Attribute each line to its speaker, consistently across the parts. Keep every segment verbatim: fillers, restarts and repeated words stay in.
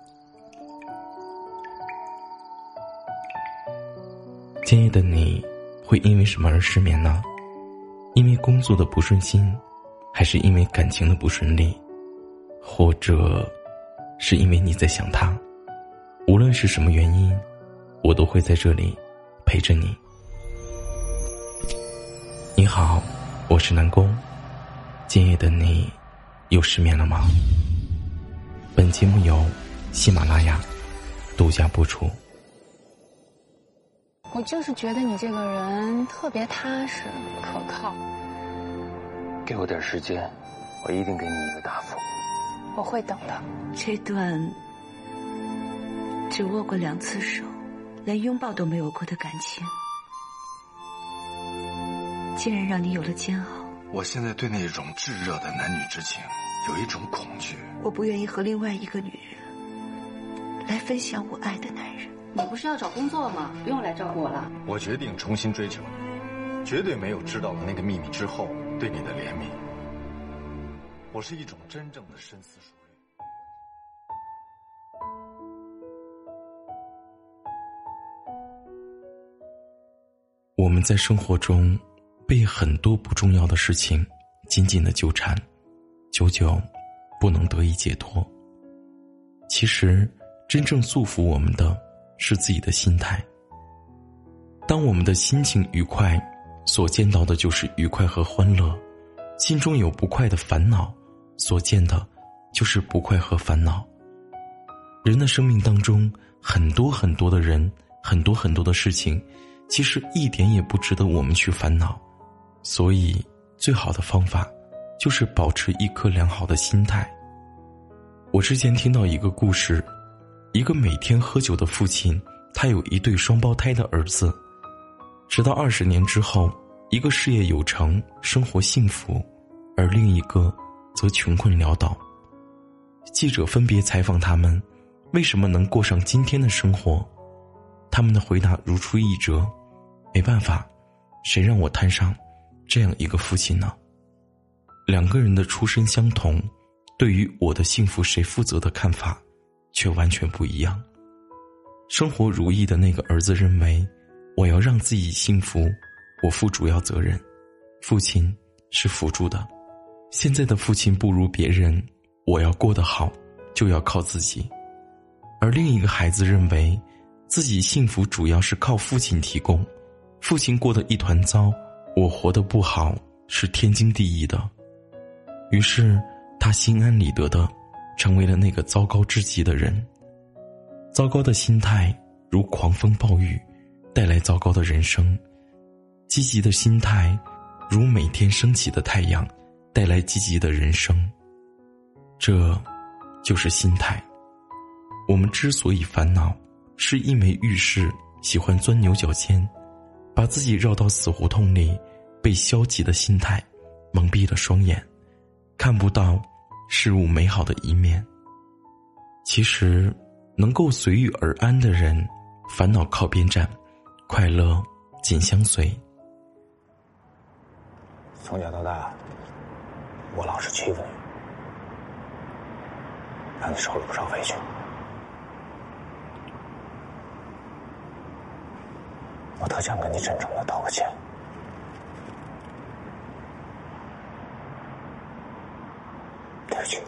Speaker 1: 今夜的你会因为什么而失眠呢？因为工作的不顺心，还是因为感情的不顺利，或者是因为你在想他？无论是什么原因，我都会在这里陪着你。你好，我是南宫。今夜的你又失眠了吗？本节目由喜马拉雅独家播出。
Speaker 2: 我就是觉得你这个人特别踏实可靠。
Speaker 3: 给我点时间，我一定给你一个答复。
Speaker 2: 我会等的。
Speaker 4: 这段只握过两次手，连拥抱都没有过的感情，竟然让你有了煎熬。
Speaker 5: 我现在对那种炙热的男女之情有一种恐惧。
Speaker 4: 我不愿意和另外一个女人来分享我爱的男人。
Speaker 6: 你不是要找工作吗？不用来照顾我了。
Speaker 5: 我决定重新追求你，绝对没有知道了那个秘密之后对你的怜悯。我是一种真正的深思熟虑。
Speaker 1: 我们在生活中被很多不重要的事情紧紧的纠缠，久久不能得以解脱。其实真正束缚我们的是自己的心态。当我们的心情愉快，所见到的就是愉快和欢乐；心中有不快的烦恼，所见的就是不快和烦恼。人的生命当中，很多很多的人，很多很多的事情，其实一点也不值得我们去烦恼。所以最好的方法就是保持一颗良好的心态。我之前听到一个故事，一个每天喝酒的父亲，他有一对双胞胎的儿子。直到二十年之后，一个事业有成，生活幸福，而另一个则穷困潦倒。记者分别采访他们，为什么能过上今天的生活？他们的回答如出一辙：没办法，谁让我摊上这样一个父亲呢？两个人的出身相同，对于我的幸福谁负责的看法却完全不一样。生活如意的那个儿子认为，我要让自己幸福，我负主要责任，父亲是辅助的。现在的父亲不如别人，我要过得好，就要靠自己。而另一个孩子认为，自己幸福主要是靠父亲提供，父亲过得一团糟，我活得不好是天经地义的。于是他心安理得的成为了那个糟糕至极的人。糟糕的心态如狂风暴雨，带来糟糕的人生；积极的心态如每天升起的太阳，带来积极的人生。这就是心态。我们之所以烦恼，是因为遇事喜欢钻牛角尖，把自己绕到死胡同里，被消极的心态蒙蔽了双眼，看不到事物美好的一面。其实能够随遇而安的人，烦恼靠边站，快乐紧相随。
Speaker 3: 从小到大，我老是欺负你，让你受了不少委屈。我特想跟你真正的道个歉。对不起。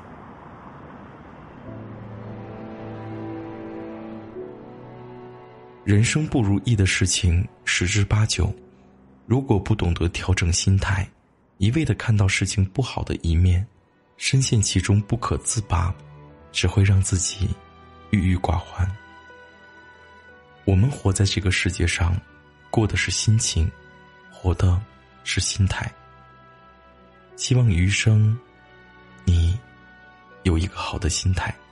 Speaker 1: 人生不如意的事情十之八九，如果不懂得调整心态，一味地看到事情不好的一面，深陷其中不可自拔，只会让自己郁郁寡欢。我们活在这个世界上，过的是心情，活的是心态。希望余生你有一个好的心态。